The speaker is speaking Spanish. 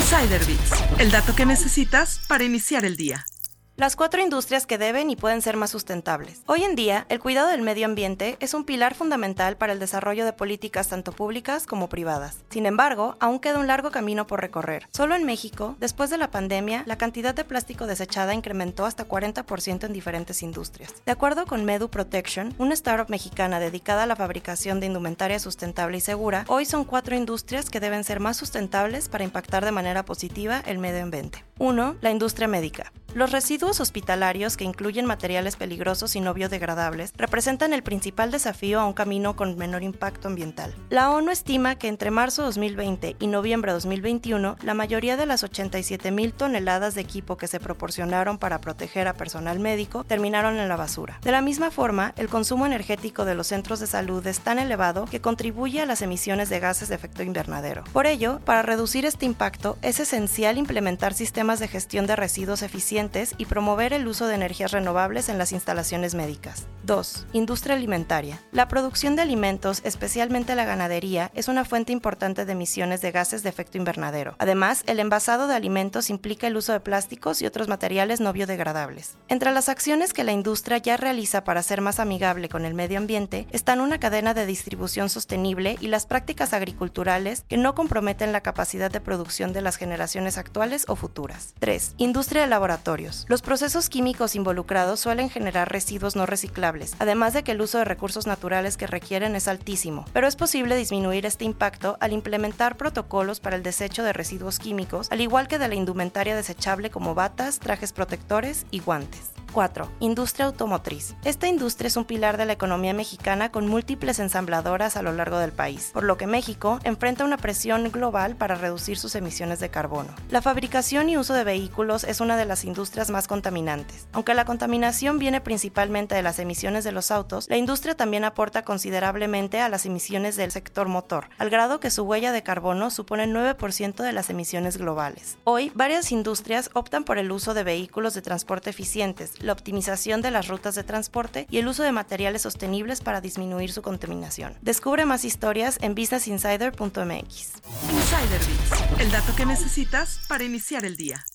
Insider Bits, el dato que necesitas para iniciar el día. Las 4 industrias que deben y pueden ser más sustentables. Hoy en día, el cuidado del medio ambiente es un pilar fundamental para el desarrollo de políticas tanto públicas como privadas. Sin embargo, aún queda un largo camino por recorrer. Solo en México, después de la pandemia, la cantidad de plástico desechada incrementó hasta 40% en diferentes industrias. De acuerdo con Medu Protection, una startup mexicana dedicada a la fabricación de indumentaria sustentable y segura, hoy son 4 industrias que deben ser más sustentables para impactar de manera positiva el medio ambiente. 1. La industria médica. Los residuos hospitalarios, que incluyen materiales peligrosos y no biodegradables, representan el principal desafío a un camino con menor impacto ambiental. La ONU estima que entre marzo 2020 y noviembre 2021, la mayoría de las 87,000 toneladas de equipo que se proporcionaron para proteger a personal médico terminaron en la basura. De la misma forma, el consumo energético de los centros de salud es tan elevado que contribuye a las emisiones de gases de efecto invernadero. Por ello, para reducir este impacto, es esencial implementar sistemas de gestión de residuos eficientes y promover el uso de energías renovables en las instalaciones médicas. 2. Industria alimentaria. La producción de alimentos, especialmente la ganadería, es una fuente importante de emisiones de gases de efecto invernadero. Además, el envasado de alimentos implica el uso de plásticos y otros materiales no biodegradables. Entre las acciones que la industria ya realiza para ser más amigable con el medio ambiente están una cadena de distribución sostenible y las prácticas agriculturales que no comprometen la capacidad de producción de las generaciones actuales o futuras. 3. Industria de laboratorio. Los procesos químicos involucrados suelen generar residuos no reciclables, además de que el uso de recursos naturales que requieren es altísimo, pero es posible disminuir este impacto al implementar protocolos para el desecho de residuos químicos, al igual que de la indumentaria desechable como batas, trajes protectores y guantes. 4. Industria automotriz. Esta industria es un pilar de la economía mexicana con múltiples ensambladoras a lo largo del país, por lo que México enfrenta una presión global para reducir sus emisiones de carbono. La fabricación y uso de vehículos es una de las industrias más contaminantes. Aunque la contaminación viene principalmente de las emisiones de los autos, la industria también aporta considerablemente a las emisiones del sector motor, al grado que su huella de carbono supone 9% de las emisiones globales. Hoy, varias industrias optan por el uso de vehículos de transporte eficientes, la optimización de las rutas de transporte y el uso de materiales sostenibles para disminuir su contaminación. Descubre más historias en businessinsider.mx. Insider Bits, el dato que necesitas para iniciar el día.